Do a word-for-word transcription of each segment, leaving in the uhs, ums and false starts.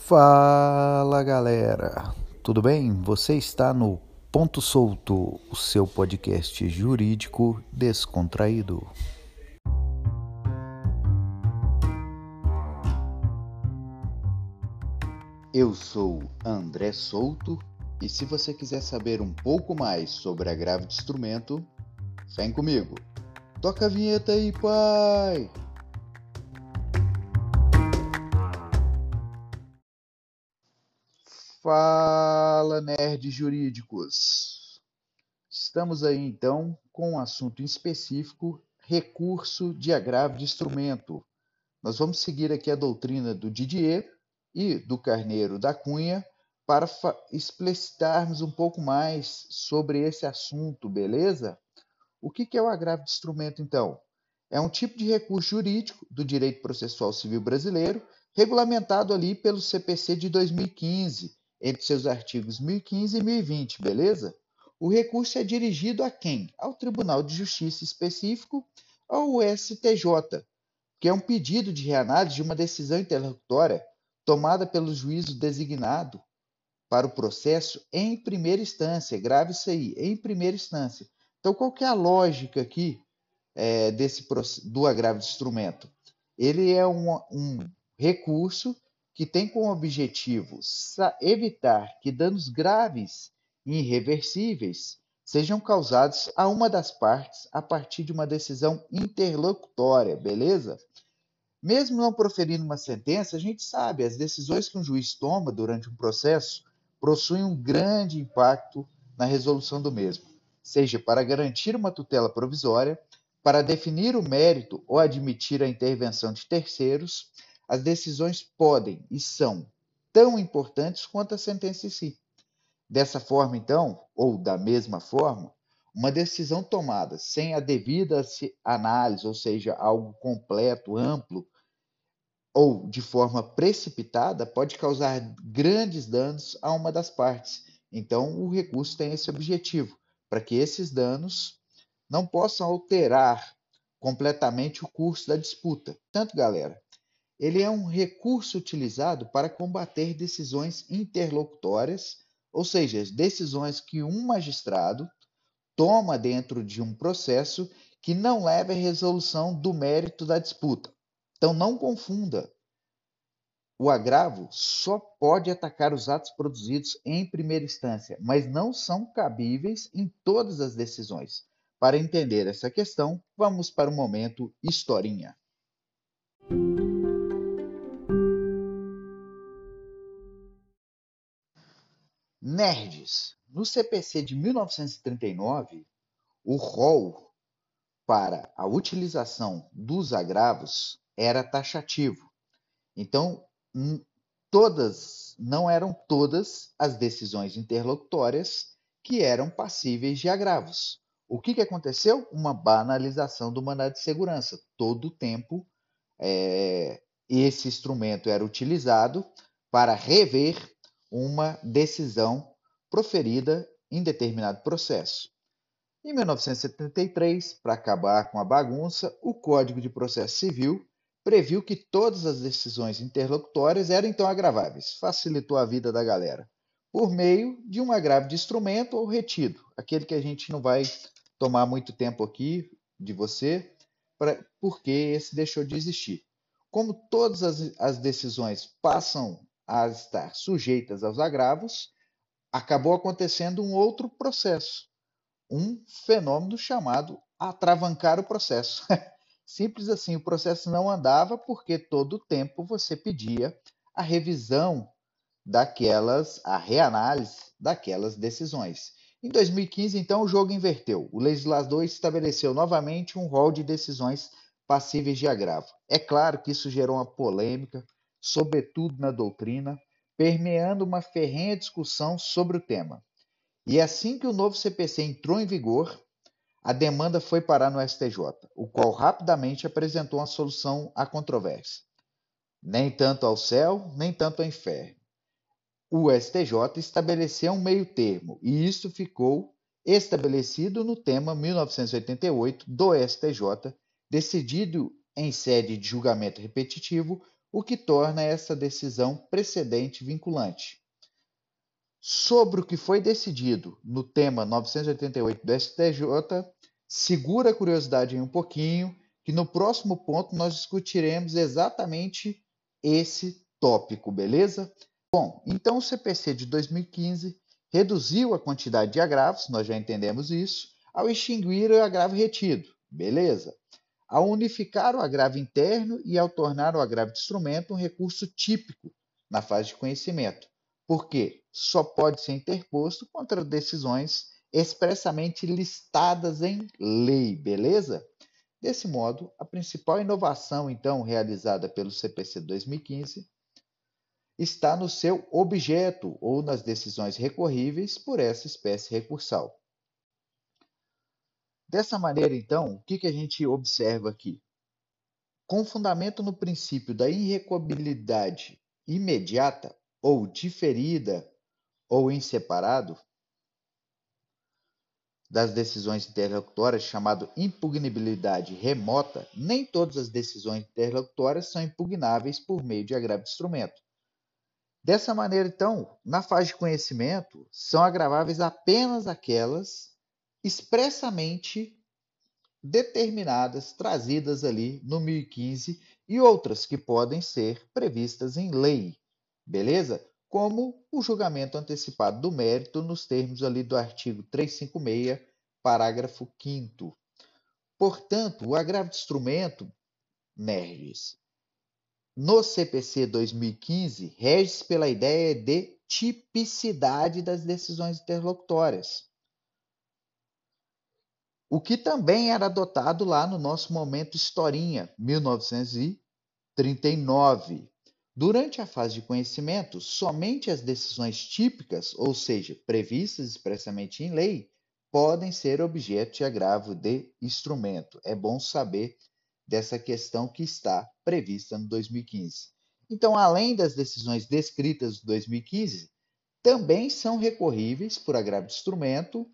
Fala galera, tudo bem? Você está no Ponto Solto, o seu podcast jurídico descontraído. Eu sou André Souto e se você quiser saber um pouco mais sobre agravo de instrumento, vem comigo. Toca a vinheta aí, pai! Fala, nerds jurídicos! Estamos aí então com um assunto em específico, recurso de agravo de instrumento. Nós vamos seguir aqui a doutrina do Didier e do Carneiro da Cunha para explicitarmos um pouco mais sobre esse assunto, beleza? O que é o agravo de instrumento, então? É um tipo de recurso jurídico do direito processual civil brasileiro, regulamentado ali pelo C P C de dois mil e quinze, entre seus artigos mil e quinze e mil e vinte, beleza? O recurso é dirigido a quem? Ao Tribunal de Justiça específico ou ao S T J, que é um pedido de reanálise de uma decisão interlocutória tomada pelo juízo designado para o processo em primeira instância. Grave isso aí, em primeira instância. Então, qual que é a lógica aqui é, desse, do agravo de instrumento? Ele é um, um recurso que tem como objetivo evitar que danos graves e irreversíveis sejam causados a uma das partes a partir de uma decisão interlocutória, beleza? Mesmo não proferindo uma sentença, a gente sabe, as decisões que um juiz toma durante um processo possuem um grande impacto na resolução do mesmo, seja para garantir uma tutela provisória, para definir o mérito ou admitir a intervenção de terceiros. As decisões podem e são tão importantes quanto a sentença em si. Dessa forma, então, ou da mesma forma, uma decisão tomada sem a devida análise, ou seja, algo completo, amplo, ou de forma precipitada, pode causar grandes danos a uma das partes. Então, o recurso tem esse objetivo, para que esses danos não possam alterar completamente o curso da disputa. Portanto, galera, ele é um recurso utilizado para combater decisões interlocutórias, ou seja, decisões que um magistrado toma dentro de um processo que não leva à resolução do mérito da disputa. Então, não confunda. O agravo só pode atacar os atos produzidos em primeira instância, mas não são cabíveis em todas as decisões. Para entender essa questão, vamos para o momento historinha. Nerds. No C P C de mil novecentos e trinta e nove, o rol para a utilização dos agravos era taxativo. Então, todas, não eram todas as decisões interlocutórias que eram passíveis de agravos. O que, que aconteceu? Uma banalização do mandado de segurança. Todo o tempo, é, esse instrumento era utilizado para rever uma decisão proferida em determinado processo. Em mil novecentos e setenta e três, para acabar com a bagunça, o Código de Processo Civil previu que todas as decisões interlocutórias eram então agraváveis. Facilitou a vida da galera. Por meio de um agravo de instrumento ou retido, aquele que a gente não vai tomar muito tempo aqui de você, pra, porque esse deixou de existir. Como todas as, as decisões passam a estar sujeitas aos agravos, acabou acontecendo um outro processo, um fenômeno chamado atravancar o processo. Simples assim, o processo não andava porque todo o tempo você pedia a revisão daquelas, a reanálise daquelas decisões. Em dois mil e quinze, então, o jogo inverteu. O legislador estabeleceu novamente um rol de decisões passíveis de agravo. É claro que isso gerou uma polêmica, sobretudo na doutrina, permeando uma ferrenha discussão sobre o tema. E assim que o novo C P C entrou em vigor, a demanda foi parar no S T J, o qual rapidamente apresentou uma solução à controvérsia. Nem tanto ao céu, nem tanto ao inferno. O S T J estabeleceu um meio termo, e isso ficou estabelecido no tema mil novecentos e oitenta e oito do S T J, decidido em sede de julgamento repetitivo, o que torna essa decisão precedente vinculante. Sobre o que foi decidido no tema novecentos e oitenta e oito do S T J, segura a curiosidade aí um pouquinho, que no próximo ponto nós discutiremos exatamente esse tópico, beleza? Bom, então o C P C de dois mil e quinze reduziu a quantidade de agravos, nós já entendemos isso, ao extinguir o agravo retido, beleza? Ao unificar o agravo interno e ao tornar o agravo de instrumento um recurso típico na fase de conhecimento, porque só pode ser interposto contra decisões expressamente listadas em lei, beleza? Desse modo, a principal inovação, então, realizada pelo C P C dois mil e quinze está no seu objeto ou nas decisões recorríveis por essa espécie recursal. Dessa maneira, então, o que, que a gente observa aqui? Com fundamento no princípio da irrecuabilidade imediata ou diferida ou em separado das decisões interlocutórias, chamado impugnibilidade remota, nem todas as decisões interlocutórias são impugnáveis por meio de agravo de instrumento. Dessa maneira, então, na fase de conhecimento, são agraváveis apenas aquelas expressamente determinadas, trazidas ali no mil e quinze e outras que podem ser previstas em lei, beleza? Como o julgamento antecipado do mérito nos termos ali do artigo trezentos e cinquenta e seis, parágrafo quinto. Portanto, o agravo de instrumento, nerds, no C P C dois mil e quinze, rege-se pela ideia de tipicidade das decisões interlocutórias, o que também era adotado lá no nosso momento historinha, mil novecentos e trinta e nove. Durante a fase de conhecimento, somente as decisões típicas, ou seja, previstas expressamente em lei, podem ser objeto de agravo de instrumento. É bom saber dessa questão que está prevista no dois mil e quinze. Então, além das decisões descritas no dois mil e quinze, também são recorríveis por agravo de instrumento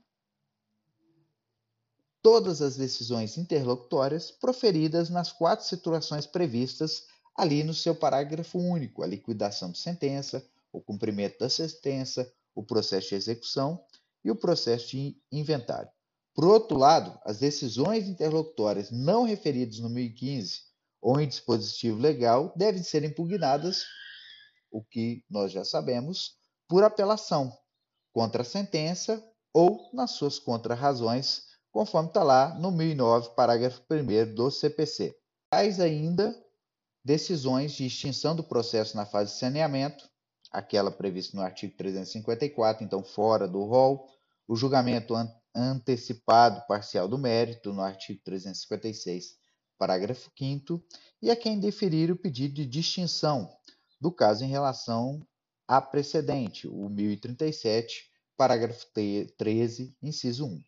todas as decisões interlocutórias proferidas nas quatro situações previstas ali no seu parágrafo único: a liquidação de sentença, o cumprimento da sentença, o processo de execução e o processo de inventário. Por outro lado, as decisões interlocutórias não referidas no mil e quinze ou em dispositivo legal devem ser impugnadas, o que nós já sabemos, por apelação contra a sentença ou nas suas contrarrazões, conforme está lá no mil e nove, parágrafo primeiro do C P C. Traz ainda decisões de extinção do processo na fase de saneamento, aquela prevista no artigo trezentos e cinquenta e quatro, então fora do rol, o julgamento an antecipado parcial do mérito, no artigo trezentos e cinquenta e seis, parágrafo quinto, e a quem deferir o pedido de distinção do caso em relação a precedente, o mil e trinta e sete, parágrafo treze, inciso um.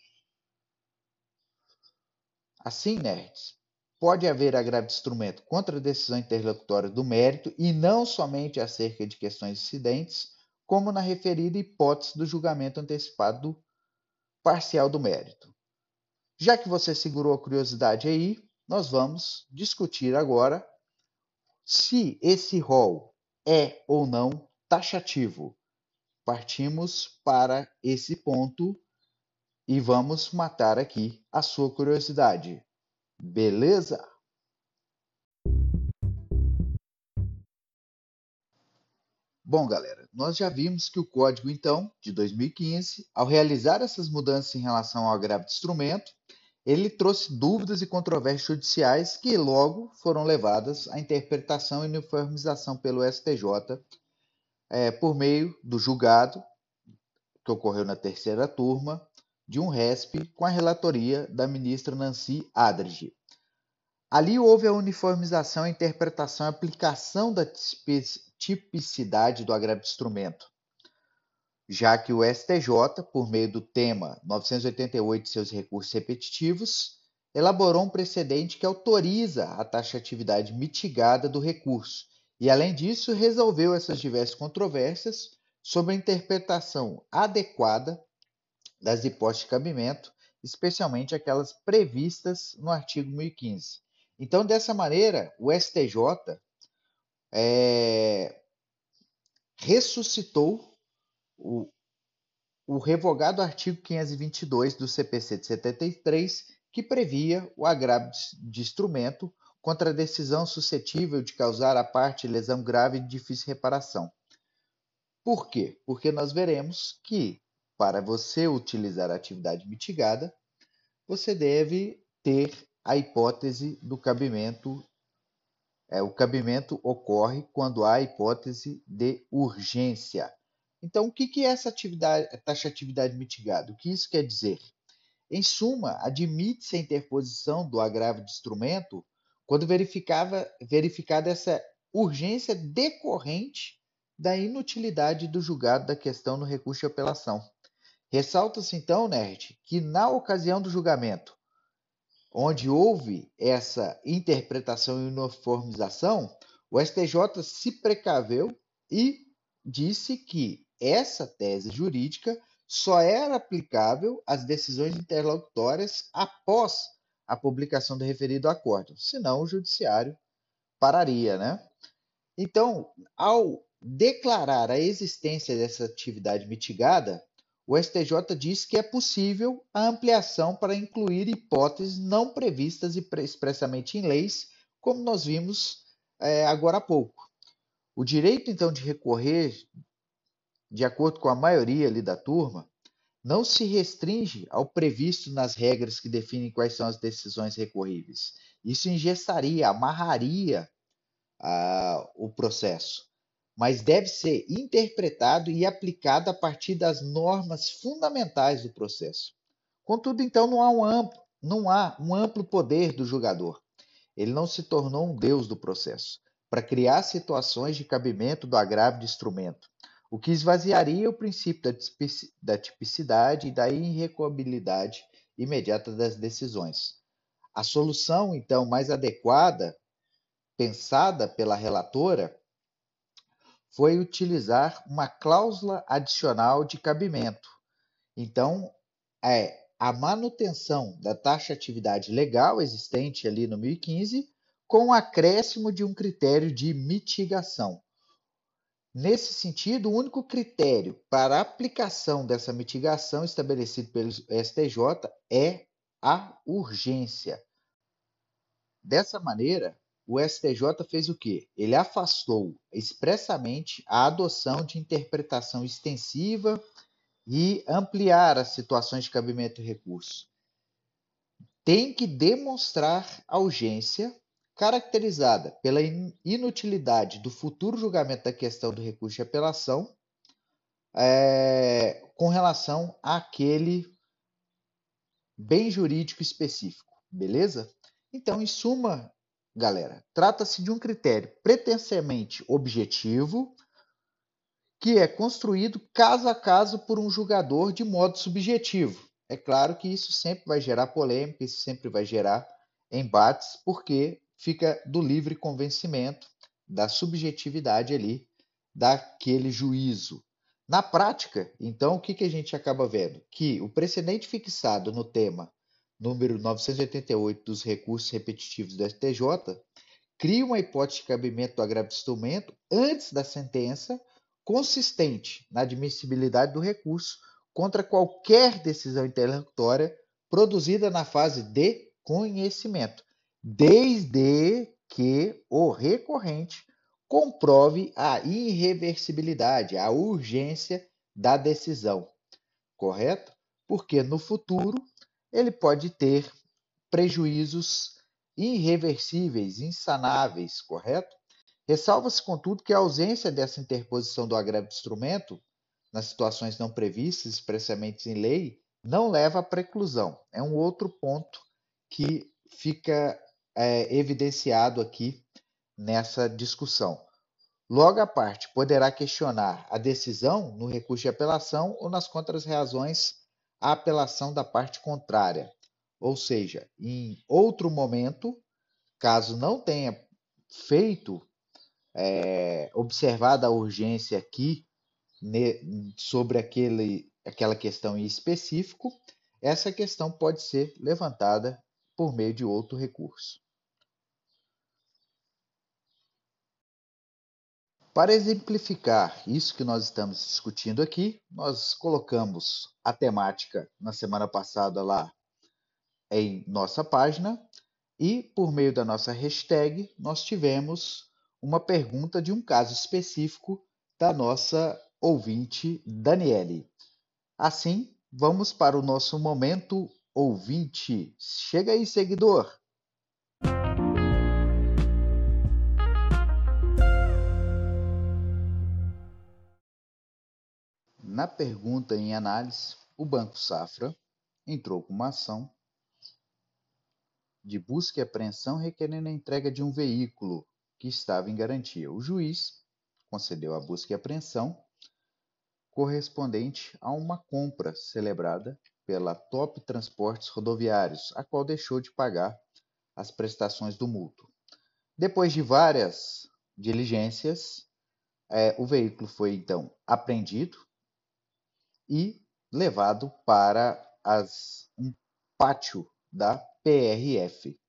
Assim, nerds, pode haver agravo de instrumento contra a decisão interlocutória do mérito e não somente acerca de questões incidentes, como na referida hipótese do julgamento antecipado parcial do mérito. Já que você segurou a curiosidade aí, nós vamos discutir agora se esse rol é ou não taxativo. Partimos para esse ponto e vamos matar aqui a sua curiosidade. Beleza? Bom, galera, nós já vimos que o código, então, de dois mil e quinze, ao realizar essas mudanças em relação ao agravo de instrumento, ele trouxe dúvidas e controvérsias judiciais que logo foram levadas à interpretação e uniformização pelo S T J é, por meio do julgado que ocorreu na terceira turma de um R E S P com a relatoria da ministra Nancy Adrige. Ali houve a uniformização, a interpretação e aplicação da tipicidade do agravo de instrumento, já que o S T J, por meio do tema novecentos e oitenta e oito e seus recursos repetitivos, elaborou um precedente que autoriza a taxatividade mitigada do recurso e, além disso, resolveu essas diversas controvérsias sobre a interpretação adequada das hipóteses de cabimento, especialmente aquelas previstas no artigo mil e quinze. Então, dessa maneira, o S T J é, ressuscitou o, o revogado artigo quinhentos e vinte e dois do C P C de setenta e três, que previa o agravo de instrumento contra a decisão suscetível de causar à parte lesão grave e de difícil reparação. Por quê? Porque nós veremos que, para você utilizar a atividade mitigada, você deve ter a hipótese do cabimento. É, o cabimento ocorre quando há hipótese de urgência. Então, o que é essa atividade, taxatividade mitigada? O que isso quer dizer? Em suma, admite-se a interposição do agravo de instrumento quando verificava, verificada essa urgência decorrente da inutilidade do julgado da questão no recurso de apelação. Ressalta-se então, Nerd, que na ocasião do julgamento, onde houve essa interpretação e uniformização, o S T J se precaveu e disse que essa tese jurídica só era aplicável às decisões interlocutórias após a publicação do referido acórdão, senão o judiciário pararia, né? Então, ao declarar a existência dessa atividade mitigada, o S T J diz que é possível a ampliação para incluir hipóteses não previstas expressamente em leis, como nós vimos é, agora há pouco. O direito, então, de recorrer, de acordo com a maioria ali da turma, não se restringe ao previsto nas regras que definem quais são as decisões recorríveis. Isso engessaria, amarraria ah, o processo, mas deve ser interpretado e aplicado a partir das normas fundamentais do processo. Contudo, então, não há um amplo, não há um amplo poder do julgador. Ele não se tornou um deus do processo para criar situações de cabimento do agravo de instrumento, o que esvaziaria o princípio da tipicidade e da irrecuabilidade imediata das decisões. A solução, então, mais adequada, pensada pela relatora, foi utilizar uma cláusula adicional de cabimento. Então, é a manutenção da taxatividade legal existente ali no mil e quinze, com o acréscimo de um critério de mitigação. Nesse sentido, o único critério para a aplicação dessa mitigação estabelecido pelo S T J é a urgência. Dessa maneira, o S T J fez o quê? Ele afastou expressamente a adoção de interpretação extensiva e ampliar as situações de cabimento e recurso. Tem que demonstrar a urgência caracterizada pela inutilidade do futuro julgamento da questão do recurso de apelação é, com relação àquele bem jurídico específico, beleza? Então, em suma, galera, trata-se de um critério pretensamente objetivo que é construído caso a caso por um julgador de modo subjetivo. É claro que isso sempre vai gerar polêmica, isso sempre vai gerar embates, porque fica do livre convencimento, da subjetividade ali, daquele juízo. Na prática, então, o que, que a gente acaba vendo? Que o precedente fixado no tema número novecentos e oitenta e oito dos recursos repetitivos do S T J cria uma hipótese de cabimento do agravo de instrumento antes da sentença, consistente na admissibilidade do recurso contra qualquer decisão interlocutória produzida na fase de conhecimento, desde que o recorrente comprove a irreversibilidade, a urgência da decisão, correto? Porque no futuro ele pode ter prejuízos irreversíveis, insanáveis, correto? Ressalva-se, contudo, que a ausência dessa interposição do agravo de instrumento, nas situações não previstas expressamente em lei, não leva à preclusão. É um outro ponto que fica é, evidenciado aqui nessa discussão. Logo, a parte poderá questionar a decisão no recurso de apelação ou nas contras-reações à apelação da parte contrária. Ou seja, em outro momento, caso não tenha feito, é, observada a urgência aqui ne, sobre aquele, aquela questão em específico, essa questão pode ser levantada por meio de outro recurso. Para exemplificar isso que nós estamos discutindo aqui, nós colocamos a temática na semana passada lá em nossa página e, por meio da nossa hashtag, nós tivemos uma pergunta de um caso específico da nossa ouvinte Daniele. Assim, vamos para o nosso momento ouvinte. Chega aí, seguidor! Na pergunta em análise, o Banco Safra entrou com uma ação de busca e apreensão requerendo a entrega de um veículo que estava em garantia. O juiz concedeu a busca e apreensão correspondente a uma compra celebrada pela Top Transportes Rodoviários, a qual deixou de pagar as prestações do mútuo. Depois de várias diligências, é, o veículo foi então apreendido e levado para as, um pátio da P R F.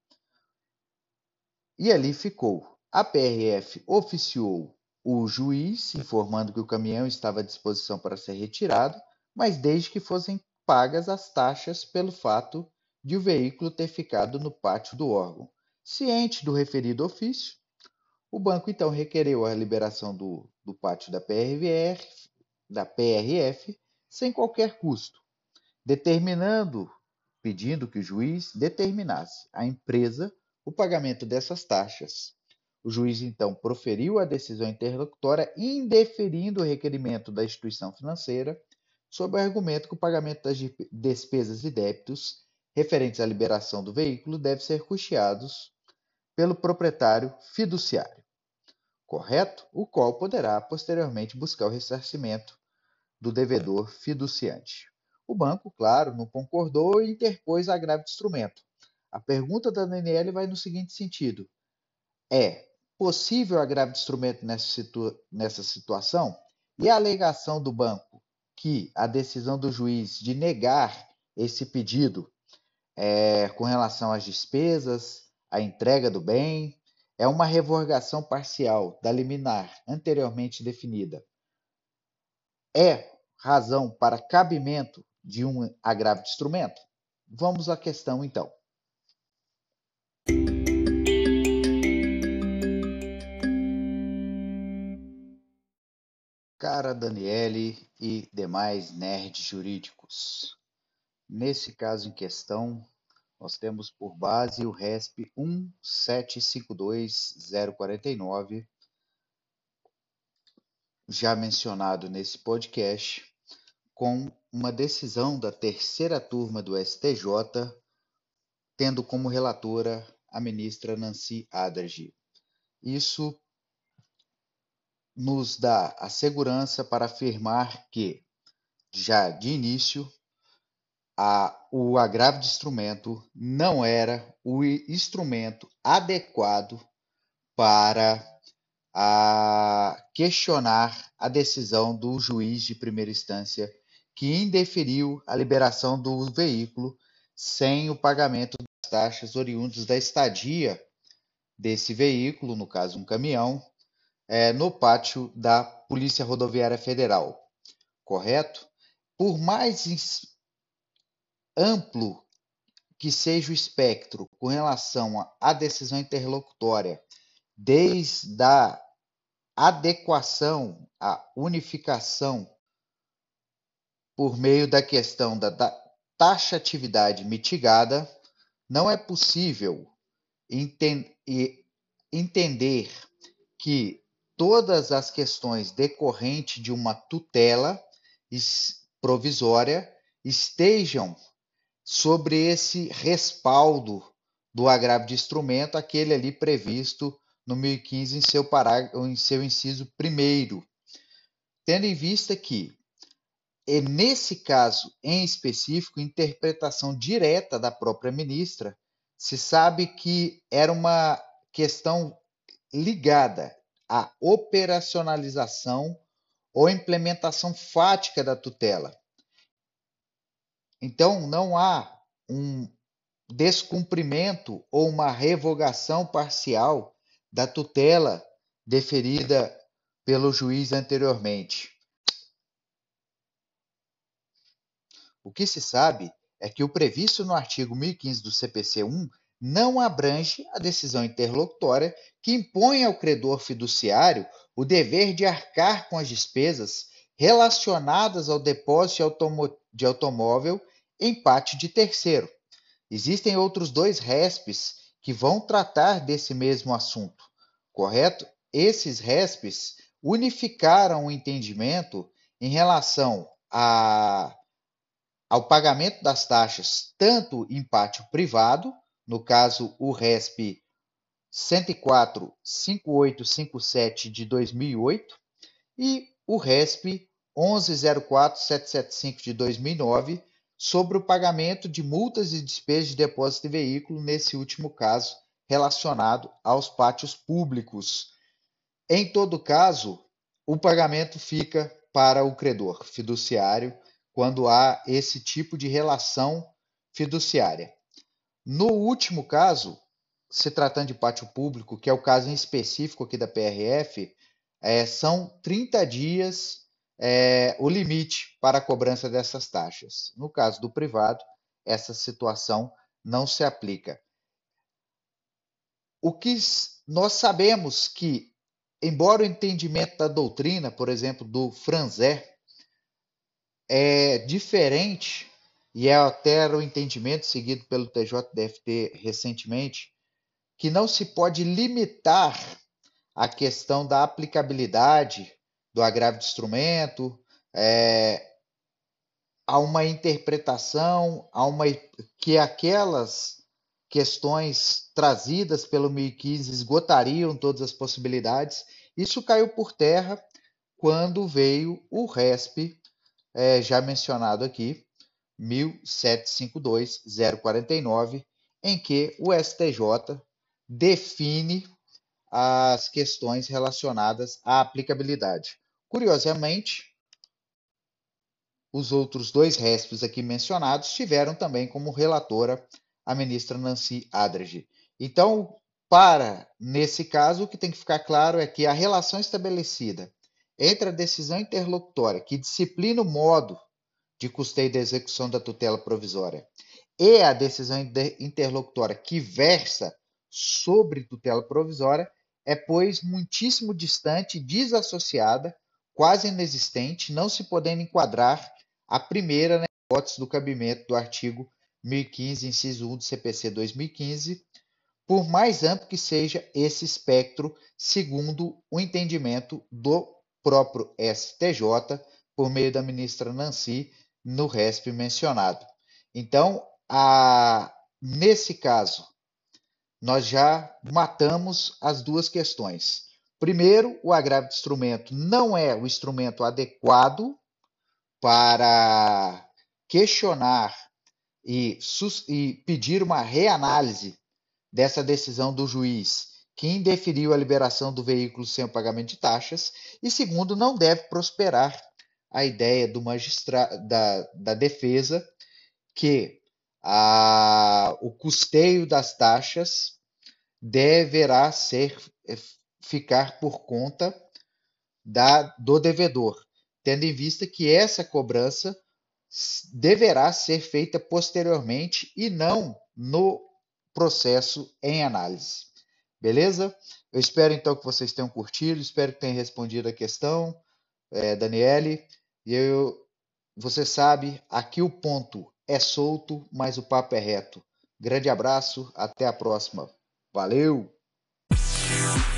E ali ficou. A P R F oficiou o juiz, informando que o caminhão estava à disposição para ser retirado, mas desde que fossem pagas as taxas pelo fato de o veículo ter ficado no pátio do órgão. Ciente do referido ofício, o banco então requereu a liberação do, do pátio da P R V R, da P R F sem qualquer custo, determinando, pedindo que o juiz determinasse à empresa o pagamento dessas taxas. O juiz então proferiu a decisão interlocutória indeferindo o requerimento da instituição financeira, sob o argumento que o pagamento das despesas e débitos referentes à liberação do veículo deve ser custeados pelo proprietário fiduciário, correto? O qual poderá posteriormente buscar o ressarcimento do devedor fiduciante. O banco, claro, não concordou e interpôs agravo de instrumento. A pergunta da Daniele vai no seguinte sentido: é possível agravo de instrumento nessa, situa nessa situação? E a alegação do banco que a decisão do juiz de negar esse pedido é, com relação às despesas, à entrega do bem, é uma revogação parcial da liminar anteriormente definida. É razão para cabimento de um agravo de instrumento? Vamos à questão, então. Cara Daniele e demais nerds jurídicos. Nesse caso em questão, nós temos por base o R E S P um sete cinco dois zero quatro nove, já mencionado nesse podcast, com uma decisão da terceira turma do S T J, tendo como relatora a ministra Nancy Adergy. Isso nos dá a segurança para afirmar que, já de início, a, o agravo de instrumento não era o instrumento adequado para a questionar a decisão do juiz de primeira instância que indeferiu a liberação do veículo sem o pagamento das taxas oriundas da estadia desse veículo, no caso um caminhão, é, no pátio da Polícia Rodoviária Federal, correto? Por mais amplo que seja o espectro com relação à decisão interlocutória, desde a adequação, a unificação por meio da questão da, da taxatividade mitigada, não é possível enten entender que todas as questões decorrentes de uma tutela provisória estejam sobre esse respaldo do agravo de instrumento, aquele ali previsto no mil e quinze em seu, parágrafo, em seu inciso primeiro, tendo em vista que, nesse caso em específico, interpretação direta da própria ministra, se sabe que era uma questão ligada à operacionalização ou implementação fática da tutela. Então, não há um descumprimento ou uma revogação parcial da tutela deferida pelo juiz anteriormente. O que se sabe é que o previsto no artigo mil e quinze do C P C um não abrange a decisão interlocutória que impõe ao credor fiduciário o dever de arcar com as despesas relacionadas ao depósito de, automo de automóvel em pátio de terceiro. Existem outros dois respes que vão tratar desse mesmo assunto, correto? Esses respes unificaram o entendimento em relação a ao pagamento das taxas tanto em pátio privado, no caso o resp cento e quatro, cinco mil oitocentos e cinquenta e sete de dois mil e oito e o resp onze zero quatro setecentos e setenta e cinco de dois mil e nove sobre o pagamento de multas e despesas de depósito de veículo, nesse último caso relacionado aos pátios públicos. Em todo caso, o pagamento fica para o credor fiduciário quando há esse tipo de relação fiduciária. No último caso, se tratando de pátio público, que é o caso em específico aqui da P R F, é, são trinta dias é, o limite para a cobrança dessas taxas. No caso do privado, essa situação não se aplica. O que nós sabemos que, embora o entendimento da doutrina, por exemplo, do Franzé, é diferente, e é até o entendimento seguido pelo T J D F T recentemente, que não se pode limitar a questão da aplicabilidade do agravo de instrumento é, a uma interpretação, a uma, que aquelas questões trazidas pelo mil e quinze esgotariam todas as possibilidades. Isso caiu por terra quando veio o resp é, já mencionado aqui, mil setecentos e cinquenta e dois ponto zero quarenta e nove, em que o S T J define as questões relacionadas à aplicabilidade. Curiosamente, os outros dois resps aqui mencionados tiveram também como relatora a ministra Nancy Andrighi. Então, para, nesse caso, o que tem que ficar claro é que a relação estabelecida entre a decisão interlocutória, que disciplina o modo de custeio da execução da tutela provisória, e a decisão interlocutória que versa sobre tutela provisória, é, pois, muitíssimo distante, desassociada, quase inexistente, não se podendo enquadrar a primeira na hipótese do cabimento do artigo mil e quinze, inciso um do C P C dois mil e quinze, por mais amplo que seja esse espectro, segundo o entendimento do próprio S T J, por meio da ministra Nancy, no resp mencionado. Então, a, nesse caso, nós já matamos as duas questões. Primeiro, o agravo de instrumento não é o instrumento adequado para questionar e, e pedir uma reanálise dessa decisão do juiz que indeferiu a liberação do veículo sem o pagamento de taxas. E segundo, não deve prosperar a ideia do magistrado, da, da defesa, que a, o custeio das taxas deverá ser, ficar por conta da, do devedor, tendo em vista que essa cobrança deverá ser feita posteriormente e não no processo em análise. Beleza? Eu espero então que vocês tenham curtido, espero que tenham respondido a questão, é, Daniele. E eu, você sabe, aqui o ponto é solto, mas o papo é reto. Grande abraço, até a próxima. Valeu!